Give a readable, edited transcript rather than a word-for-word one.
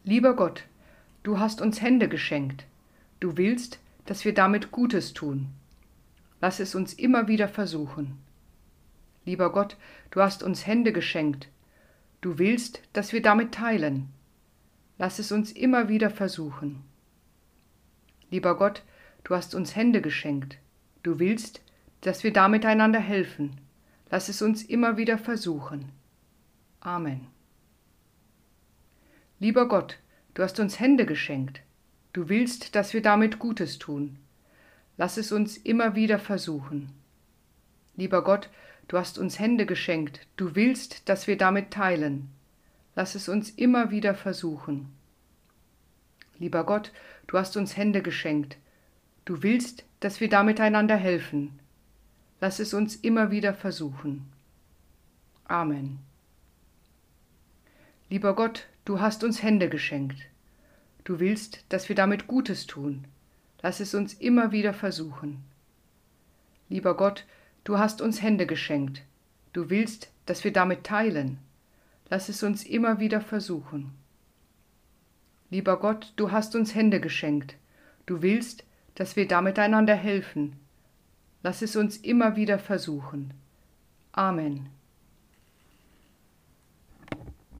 Lieber Gott, du hast uns Hände geschenkt. Du willst, dass wir damit Gutes tun. Lass es uns immer wieder versuchen. Lieber Gott, du hast uns Hände geschenkt. Du willst, dass wir damit teilen. Lass es uns immer wieder versuchen. Lieber Gott, du hast uns Hände geschenkt. Du willst, dass wir damit einander helfen. Lass es uns immer wieder versuchen. Amen. Lieber Gott, du hast uns Hände geschenkt. Du willst, dass wir damit Gutes tun. Lass es uns immer wieder versuchen. Lieber Gott, du hast uns Hände geschenkt. Du willst, dass wir damit teilen. Lass es uns immer wieder versuchen. Lieber Gott, du hast uns Hände geschenkt. Du willst, dass wir damit einander helfen. Lass es uns immer wieder versuchen. Amen. Lieber Gott, du hast uns Hände geschenkt. Du willst, dass wir damit Gutes tun. Lass es uns immer wieder versuchen. Lieber Gott, du hast uns Hände geschenkt. Du willst, dass wir damit teilen. Lass es uns immer wieder versuchen. Lieber Gott, du hast uns Hände geschenkt. Du willst, dass wir damit einander helfen. Lass es uns immer wieder versuchen. Amen.